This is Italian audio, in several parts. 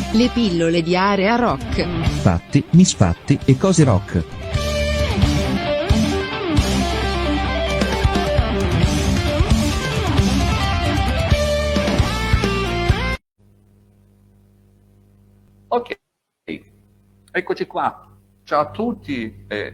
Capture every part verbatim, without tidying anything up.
Le pillole di Area Rock. Fatti, misfatti e cose rock. Ok, eccoci qua. Ciao a tutti e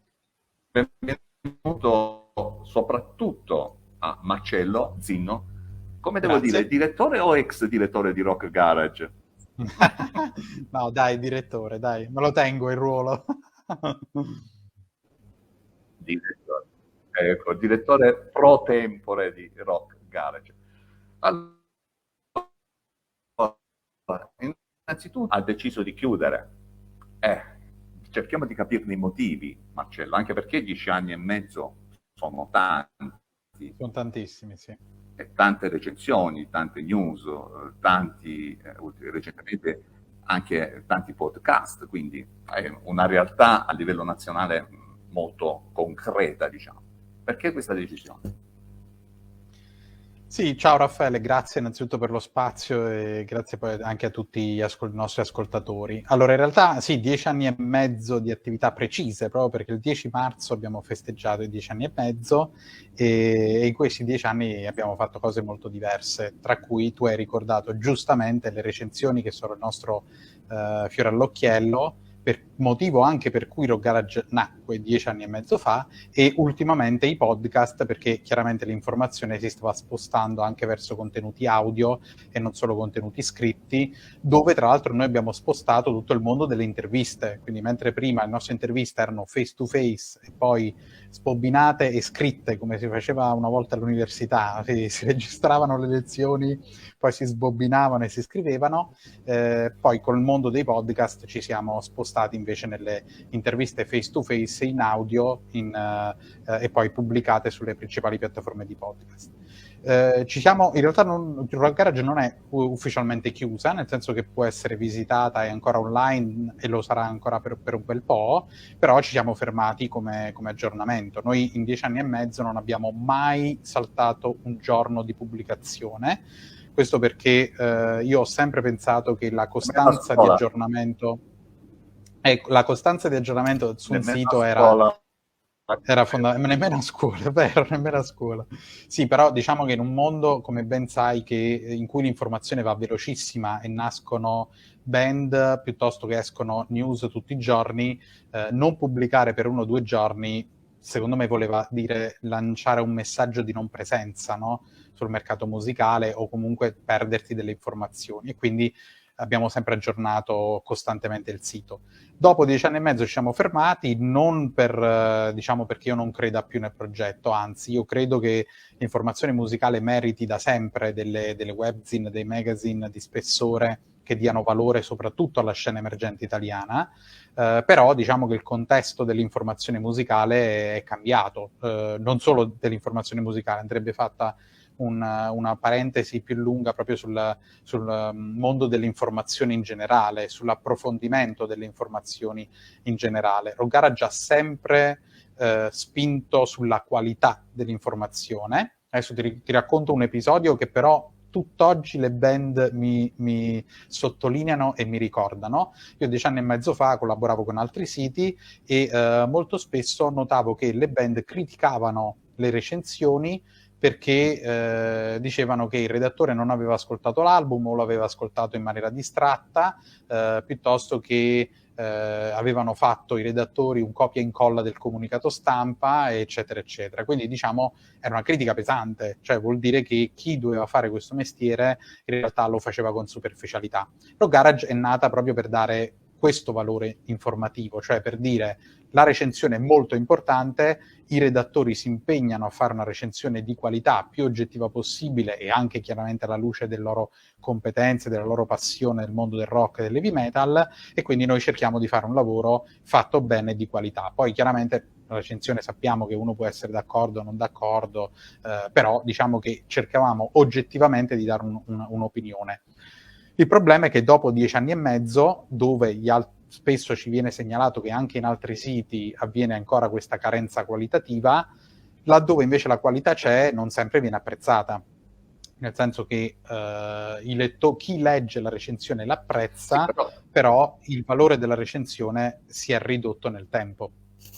benvenuto soprattutto a Marcello Zinno. Come devo Grazie. dire, direttore o ex direttore di Rock Garage? No, dai, direttore, dai, me lo tengo il ruolo. Direttore, ecco, direttore pro tempore di Rock Garage. Allora, innanzitutto ha deciso di chiudere. Eh, cerchiamo di capirne i motivi, Marcello, anche perché dieci anni e mezzo sono tanti. Sono tantissimi, sì. E tante recensioni, tante news, tanti, eh, recentemente anche tanti podcast, quindi è una realtà a livello nazionale molto concreta, diciamo. Perché questa decisione? Sì, ciao Raffaele, grazie innanzitutto per lo spazio e grazie poi anche a tutti gli ascol- nostri ascoltatori. Allora, in realtà sì, dieci anni e mezzo di attività precise, proprio perché il dieci marzo abbiamo festeggiato i dieci anni e mezzo e, e in questi dieci anni abbiamo fatto cose molto diverse, tra cui tu hai ricordato giustamente le recensioni che sono il nostro uh, fiore all'occhiello, per motivo anche per cui Rock Garage nacque dieci anni e mezzo fa, e ultimamente i podcast, perché chiaramente l'informazione si stava spostando anche verso contenuti audio e non solo contenuti scritti, dove tra l'altro noi abbiamo spostato tutto il mondo delle interviste, quindi mentre prima le nostre interviste erano face to face e poi sbobinate e scritte come si faceva una volta all'università, si, si registravano le lezioni, poi si sbobinavano e si scrivevano, eh, poi col mondo dei podcast ci siamo spostati invece nelle interviste face to face in audio in, uh, uh, e poi pubblicate sulle principali piattaforme di podcast. Uh, ci siamo, in realtà non, Rock Garage non è ufficialmente chiusa, nel senso che può essere visitata, è ancora online e lo sarà ancora per, per un bel po', però ci siamo fermati come, come aggiornamento. Noi in dieci anni e mezzo non abbiamo mai saltato un giorno di pubblicazione. Questo perché eh, io ho sempre pensato che la costanza di aggiornamento, ecco, la costanza di aggiornamento su un Nemmeno sito a era, scuola. era fondamentale, nemmeno a scuola, vero, nemmeno a scuola. Sì, però diciamo che in un mondo, come ben sai, che, in cui l'informazione va velocissima e nascono band piuttosto che escono news tutti i giorni, eh, non pubblicare per uno o due giorni, secondo me voleva dire lanciare un messaggio di non presenza, no? Sul mercato musicale o comunque perderti delle informazioni, e quindi abbiamo sempre aggiornato costantemente il sito. Dopo dieci anni e mezzo ci siamo fermati, non per, diciamo, perché io non creda più nel progetto, anzi io credo che l'informazione musicale meriti da sempre delle, delle webzine, dei magazine di spessore che diano valore soprattutto alla scena emergente italiana, eh, però diciamo che il contesto dell'informazione musicale è cambiato, eh, non solo dell'informazione musicale, andrebbe fatta una, una parentesi più lunga proprio sul, sul mondo delle informazioni in generale, sull'approfondimento delle informazioni in generale. Rock Garage ha sempre eh, spinto sulla qualità dell'informazione. Adesso ti, ti racconto un episodio che però tutt'oggi le band mi, mi sottolineano e mi ricordano. Io dieci anni e mezzo fa collaboravo con altri siti e eh, molto spesso notavo che le band criticavano le recensioni perché eh, dicevano che il redattore non aveva ascoltato l'album o lo aveva ascoltato in maniera distratta, eh, piuttosto che eh, avevano fatto i redattori un copia e incolla del comunicato stampa, eccetera, eccetera. Quindi, diciamo, era una critica pesante, cioè vuol dire che chi doveva fare questo mestiere in realtà lo faceva con superficialità. Rock Garage è nata proprio per dare questo valore informativo, cioè per dire la recensione è molto importante, i redattori si impegnano a fare una recensione di qualità più oggettiva possibile e anche chiaramente alla luce delle loro competenze, della loro passione nel mondo del rock e dell'heavy metal, e quindi noi cerchiamo di fare un lavoro fatto bene e di qualità. Poi chiaramente la recensione sappiamo che uno può essere d'accordo o non d'accordo, eh, però diciamo che cercavamo oggettivamente di dare un, un, un'opinione. Il problema è che dopo dieci anni e mezzo, dove gli altri spesso ci viene segnalato che anche in altri siti avviene ancora questa carenza qualitativa, laddove invece la qualità c'è non sempre viene apprezzata. nel senso che eh, i letto- chi legge la recensione l'apprezza, Sì, però, però il valore della recensione si è ridotto nel tempo.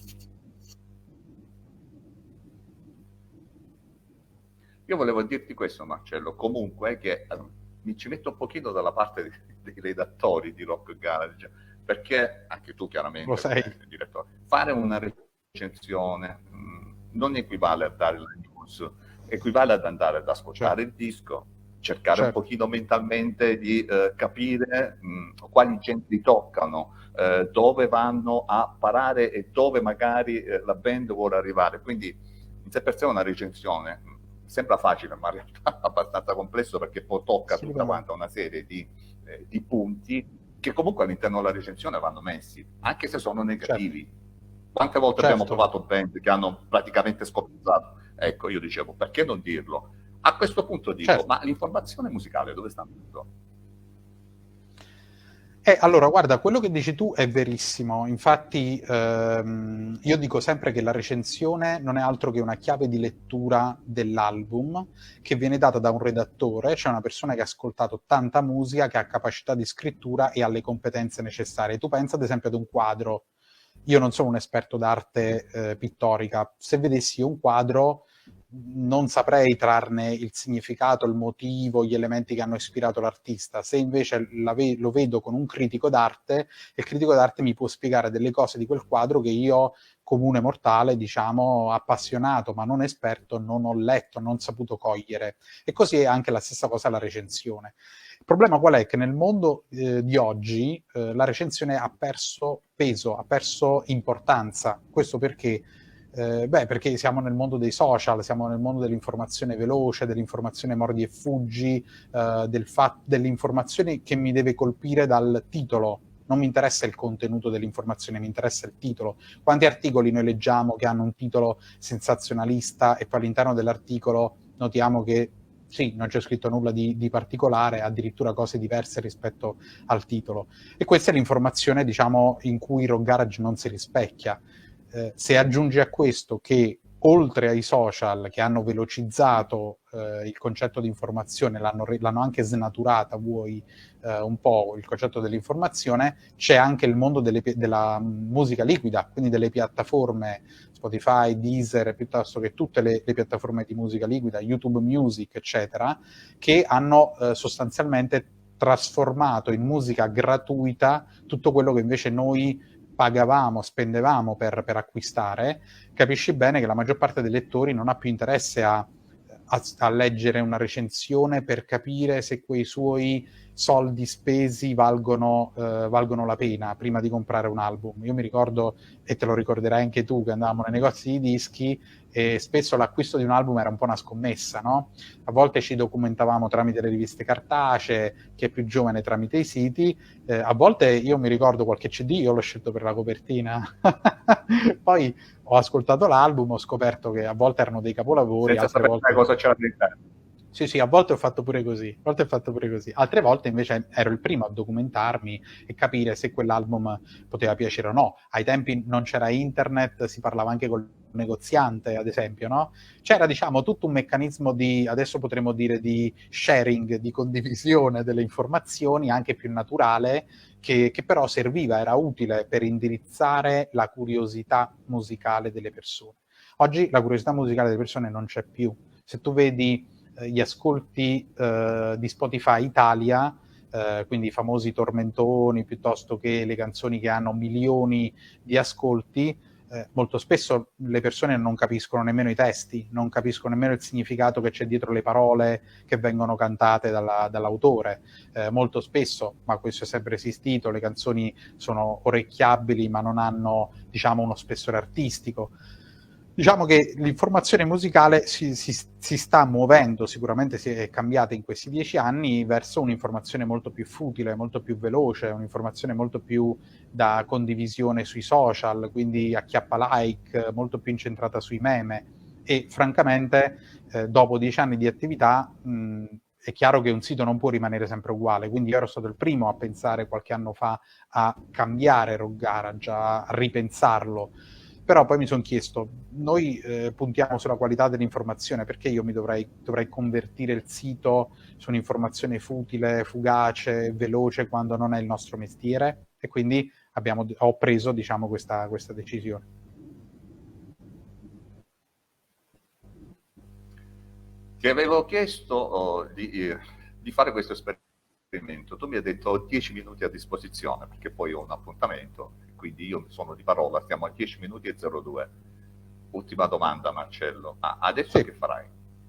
io volevo dirti questo, Marcello, comunque che eh, mi ci metto un pochino dalla parte dei, dei redattori di Rock Garage, perché anche tu Lo chiaramente sai? come direttore, fare una recensione mh, non equivale a dare la news, equivale ad andare ad ascoltare Certo, il disco, cercare un certo. pochino mentalmente di eh, capire mh, quali centri toccano, eh, dove vanno a parare e dove magari eh, la band vuole arrivare. Quindi in sé per sé una recensione mh, sembra facile, ma in realtà è abbastanza complesso, perché poi tocca tutta Assolutamente. quanta una serie di, eh, di punti che comunque all'interno della recensione vanno messi, anche se sono Certo, negativi. Quante volte abbiamo certo. trovato band che hanno praticamente scopiazzato? Ecco, io dicevo, perché non dirlo? A questo punto dico, Certo. ma l'informazione musicale dove sta andando? Eh, allora, guarda, quello che dici tu è verissimo. Infatti, ehm, io dico sempre che la recensione non è altro che una chiave di lettura dell'album che viene data da un redattore, cioè una persona che ha ascoltato tanta musica, che ha capacità di scrittura e ha le competenze necessarie. Tu pensa ad esempio ad un quadro. Io non sono un esperto d'arte eh, pittorica. Se vedessi un quadro, non saprei trarne il significato, il motivo, gli elementi che hanno ispirato l'artista. Se invece la ve- lo vedo con un critico d'arte, il critico d'arte mi può spiegare delle cose di quel quadro che io, comune mortale, diciamo, appassionato, ma non esperto, non ho letto, non ho saputo cogliere. E così è anche la stessa cosa la recensione. Il problema qual è? Che nel mondo eh, di oggi eh, la recensione ha perso peso, ha perso importanza. Questo perché? Eh, beh, perché siamo nel mondo dei social, siamo nel mondo dell'informazione veloce, dell'informazione mordi e fuggi, eh, del fa- dell'informazione che mi deve colpire dal titolo. Non mi interessa il contenuto dell'informazione, mi interessa il titolo. Quanti articoli noi leggiamo che hanno un titolo sensazionalista e poi all'interno dell'articolo notiamo che sì, non c'è scritto nulla di, di particolare, addirittura cose diverse rispetto al titolo. E questa è l'informazione, diciamo, in cui Rock Garage non si rispecchia. Eh, se aggiungi a questo che oltre ai social che hanno velocizzato eh, il concetto di informazione, l'hanno, l'hanno anche snaturata, vuoi, eh, un po' il concetto dell'informazione, c'è anche il mondo delle, della musica liquida, quindi delle piattaforme Spotify, Deezer, piuttosto che tutte le, le piattaforme di musica liquida, YouTube Music, eccetera, che hanno eh, sostanzialmente trasformato in musica gratuita tutto quello che invece noi pagavamo, spendevamo per, per acquistare. Capisci bene che la maggior parte dei lettori non ha più interesse a, a, a leggere una recensione per capire se quei suoi soldi spesi valgono, eh, valgono la pena prima di comprare un album. Io mi ricordo, e te lo ricorderai anche tu, che andavamo nei negozi di dischi e spesso l'acquisto di un album era un po' una scommessa, no? A volte ci documentavamo tramite le riviste cartacee, chi è più giovane tramite i siti, eh, a volte io mi ricordo qualche C D, io l'ho scelto per la copertina, poi ho ascoltato l'album, ho scoperto che a volte erano dei capolavori, Senza altre sapere volte... cosa c'era dentro. Sì, sì, a volte ho fatto pure così, a volte ho fatto pure così. Altre volte invece ero il primo a documentarmi e capire se quell'album poteva piacere o no. Ai tempi non c'era internet, si parlava anche col negoziante, ad esempio, no? C'era, diciamo, tutto un meccanismo di, adesso potremmo dire, di sharing, di condivisione delle informazioni, anche più naturale, che, che però serviva, era utile per indirizzare la curiosità musicale delle persone. Oggi la curiosità musicale delle persone non c'è più. Se tu vedi gli ascolti eh, di Spotify Italia, eh, quindi i famosi tormentoni piuttosto che le canzoni che hanno milioni di ascolti, eh, molto spesso le persone non capiscono nemmeno i testi, non capiscono nemmeno il significato che c'è dietro le parole che vengono cantate dalla, dall'autore. Eh, molto spesso, ma questo è sempre esistito, le canzoni sono orecchiabili ma non hanno, diciamo, uno spessore artistico. Diciamo che l'informazione musicale si, si, si sta muovendo, sicuramente si è cambiata in questi dieci anni, verso un'informazione molto più futile, molto più veloce, un'informazione molto più da condivisione sui social, quindi acchiappa like, molto più incentrata sui meme. E francamente, eh, dopo dieci anni di attività, mh, è chiaro che un sito non può rimanere sempre uguale, quindi io ero stato il primo a pensare qualche anno fa a cambiare Rock Garage, a ripensarlo. però poi mi sono chiesto, noi eh, puntiamo sulla qualità dell'informazione, perché io mi dovrei, dovrei convertire il sito su un'informazione futile, fugace, veloce, quando non è il nostro mestiere? E quindi abbiamo, ho preso, diciamo, questa, questa decisione. Ti avevo chiesto oh, di, eh, di fare questo esperimento. Tu mi hai detto ho dieci minuti a disposizione, perché poi ho un appuntamento, quindi io sono di parola, stiamo a dieci minuti e zero due. Ultima domanda, Marcello. Ah, adesso sì. Che farai?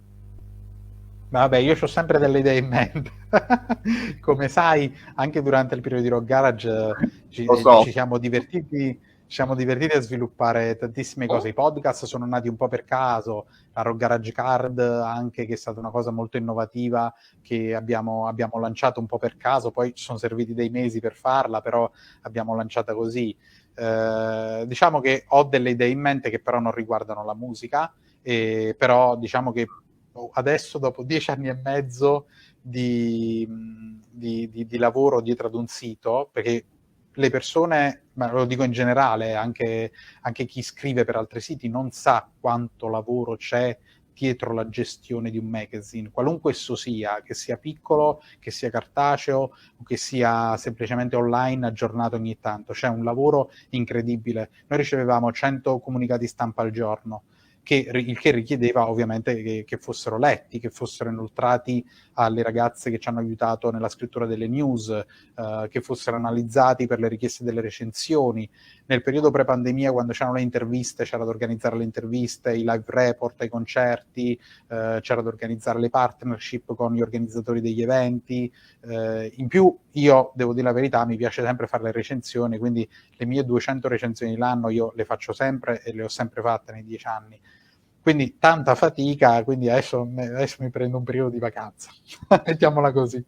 Vabbè, io ho sempre delle idee in mente. Come sai, anche durante il periodo di Rock Garage ci, so. ci siamo divertiti ci siamo divertiti a sviluppare tantissime cose. I podcast sono nati un po' per caso, la Rock Garage Card anche, che è stata una cosa molto innovativa che abbiamo, abbiamo lanciato un po' per caso, poi ci sono serviti dei mesi per farla, però abbiamo lanciata così. Eh, diciamo che ho delle idee in mente che però non riguardano la musica, e però diciamo che adesso, dopo dieci anni e mezzo di, di, di, di lavoro dietro ad un sito, perché le persone, ma lo dico in generale, anche, anche chi scrive per altri siti non sa quanto lavoro c'è dietro la gestione di un magazine, qualunque esso sia, che sia piccolo, che sia cartaceo o che sia semplicemente online aggiornato ogni tanto. C'è un lavoro incredibile. Noi ricevevamo cento comunicati stampa al giorno, che, il che richiedeva ovviamente che, che fossero letti, che fossero inoltrati alle ragazze che ci hanno aiutato nella scrittura delle news, eh, che fossero analizzati per le richieste delle recensioni. Nel periodo pre-pandemia, quando c'erano le interviste, c'era da organizzare le interviste, i live report, i concerti, eh, c'era da organizzare le partnership con gli organizzatori degli eventi. Eh, in più, io devo dire la verità, mi piace sempre fare le recensioni, quindi le mie duecento recensioni l'anno io le faccio sempre e le ho sempre fatte nei dieci anni. Quindi tanta fatica, quindi adesso, adesso mi prendo un periodo di vacanza. Mettiamola così.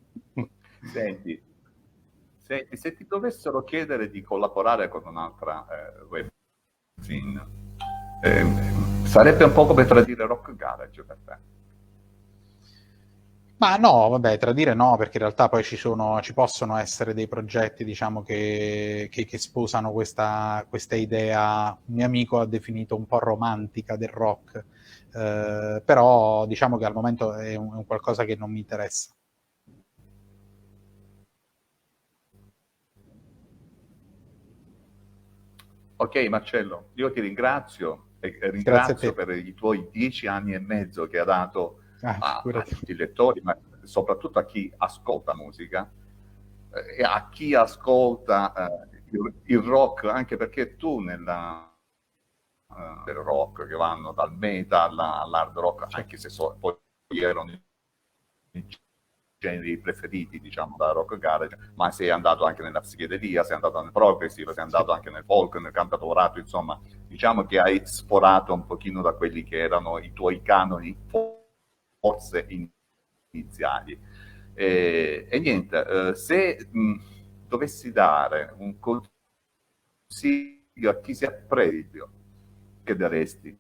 Senti, se, se ti dovessero chiedere di collaborare con un'altra eh, webzine, eh, sarebbe un po' come tradire Rock Garage per te? Ma no, vabbè, tradire no, perché in realtà poi ci sono, ci possono essere dei progetti, diciamo, che, che, che sposano questa, questa idea, un mio amico ha definito un po' romantica del rock, eh, però diciamo che al momento è un, è un qualcosa che non mi interessa. Ok, Marcello, io ti ringrazio e ringrazio Grazie a te. per i tuoi dieci anni e mezzo che hai dato Ah, a, a tutti i lettori, ma soprattutto a chi ascolta musica eh, e a chi ascolta eh, il, il rock, anche perché tu nella uh, del rock che vanno dal metal all'hard rock, certo, anche se so, poi erano i generi preferiti, diciamo, da Rock Garage, ma sei andato anche nella psichedelia, sei andato nel progressive, sei andato anche nel folk, nel cantautorato, insomma, diciamo che hai sforato un pochino da quelli che erano i tuoi canoni forse iniziali. E, e niente, eh, se mh, dovessi dare un consiglio a chi si apprezza, che daresti?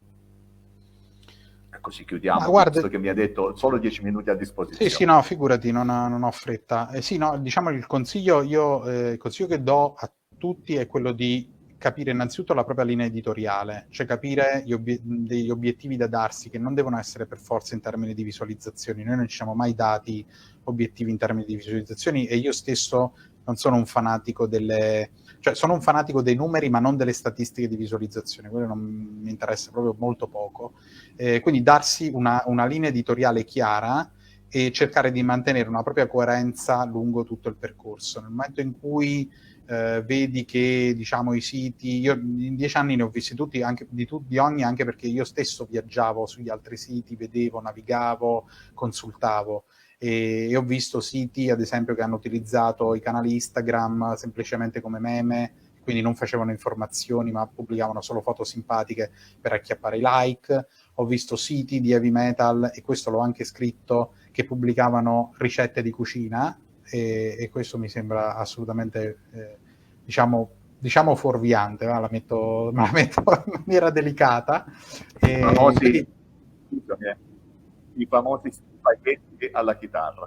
Così chiudiamo, guarda, visto che mi ha detto solo dieci minuti a disposizione. Sì, sì, no, figurati, non, non ho fretta. Eh, sì, no, diciamo il consiglio, io, eh, il consiglio che do a tutti è quello di capire innanzitutto la propria linea editoriale, cioè capire gli obiet- degli obiettivi da darsi, che non devono essere per forza in termini di visualizzazioni. Noi non ci siamo mai dati obiettivi in termini di visualizzazioni e io stesso non sono un fanatico delle... cioè sono un fanatico dei numeri ma non delle statistiche di visualizzazione, quello non mi interessa proprio molto poco. Eh, quindi darsi una, una linea editoriale chiara e cercare di mantenere una propria coerenza lungo tutto il percorso. Nel momento in cui eh, vedi che, diciamo, i siti, io in dieci anni ne ho visti tutti, anche di, tu, di ogni, anche perché io stesso viaggiavo sugli altri siti, vedevo, navigavo, consultavo. E, e ho visto siti, ad esempio, che hanno utilizzato i canali Instagram semplicemente come meme, quindi non facevano informazioni ma pubblicavano solo foto simpatiche per acchiappare i like. Ho visto siti di heavy metal, e questo l'ho anche scritto, che pubblicavano ricette di cucina, e, e questo mi sembra assolutamente eh, diciamo, diciamo fuorviante, la metto, me la metto in maniera delicata. I famosi, i famosi spaghetti alla chitarra.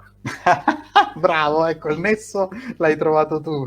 Bravo, ecco, il nesso l'hai trovato tu.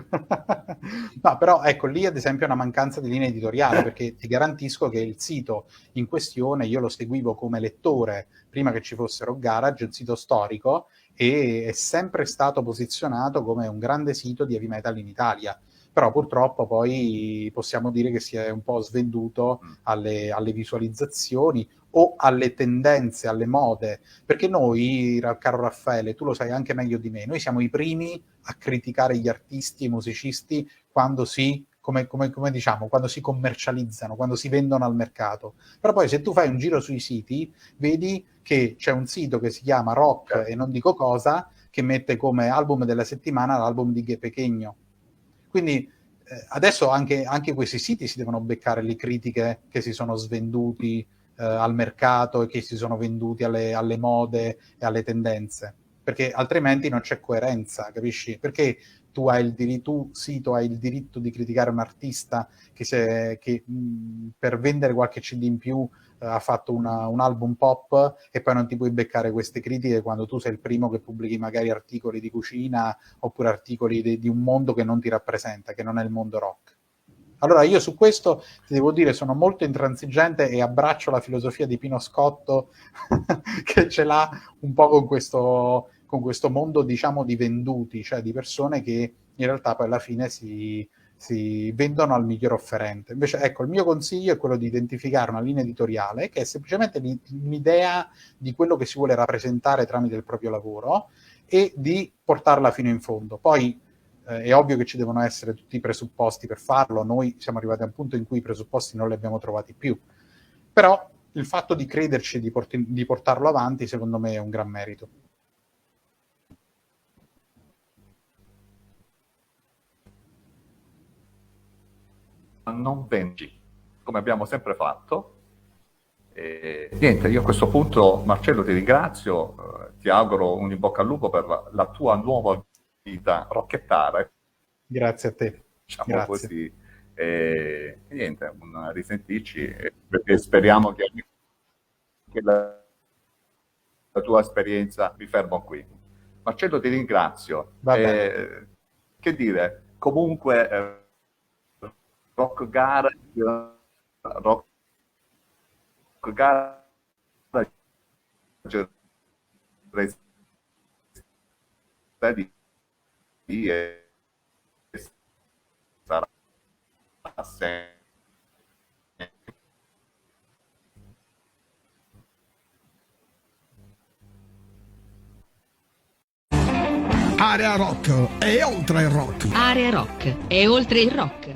No, però ecco, lì ad esempio è una mancanza di linea editoriale, perché ti garantisco che il sito in questione io lo seguivo come lettore prima che ci fossero Garage, un sito storico, e è sempre stato posizionato come un grande sito di heavy metal in Italia. Però purtroppo poi possiamo dire che si è un po' svenduto alle, alle visualizzazioni o alle tendenze, alle mode, perché noi, caro Raffaele, tu lo sai anche meglio di me, noi siamo i primi a criticare gli artisti e i musicisti quando si, come, come, come diciamo, quando si commercializzano, quando si vendono al mercato. Però poi se tu fai un giro sui siti, vedi che c'è un sito che si chiama Rock e non dico cosa, che mette come album della settimana l'album di Gue Pequeno. Quindi eh, adesso anche, anche questi siti si devono beccare le critiche che si sono svenduti eh, al mercato e che si sono venduti alle, alle mode e alle tendenze, perché altrimenti non c'è coerenza, capisci? Perché tu hai il diritto, tu sito hai il diritto di criticare un artista che, se, che mh, per vendere qualche C D in più eh, ha fatto una, un album pop, e poi non ti puoi beccare queste critiche quando tu sei il primo che pubblichi magari articoli di cucina oppure articoli di, di un mondo che non ti rappresenta, che non è il mondo rock. Allora io su questo ti devo dire sono molto intransigente e abbraccio la filosofia di Pino Scotto che ce l'ha un po' con questo, con questo mondo, diciamo, di venduti, cioè di persone che in realtà poi alla fine si, si vendono al miglior offerente. Invece ecco, il mio consiglio è quello di identificare una linea editoriale che è semplicemente un'idea di quello che si vuole rappresentare tramite il proprio lavoro e di portarla fino in fondo. Poi Eh, è ovvio che ci devono essere tutti i presupposti per farlo, noi siamo arrivati a un punto in cui i presupposti non li abbiamo trovati più, però il fatto di crederci e di, porti- di portarlo avanti secondo me è un gran merito. Non vendi, come abbiamo sempre fatto. E niente, io a questo punto, Marcello, ti ringrazio, eh, ti auguro un in bocca al lupo per la, la tua nuova vita rocchettare. Grazie a te. Diciamo Grazie. così. E, e niente, un risentirci, perché speriamo che, che la, la tua esperienza, mi fermo qui. Marcello, ti ringrazio. Va eh, bene. Che dire, comunque eh, Rock Garage, Rock Garage di e sarà sempre Area Rock è oltre il rock. Area Rock è oltre il rock.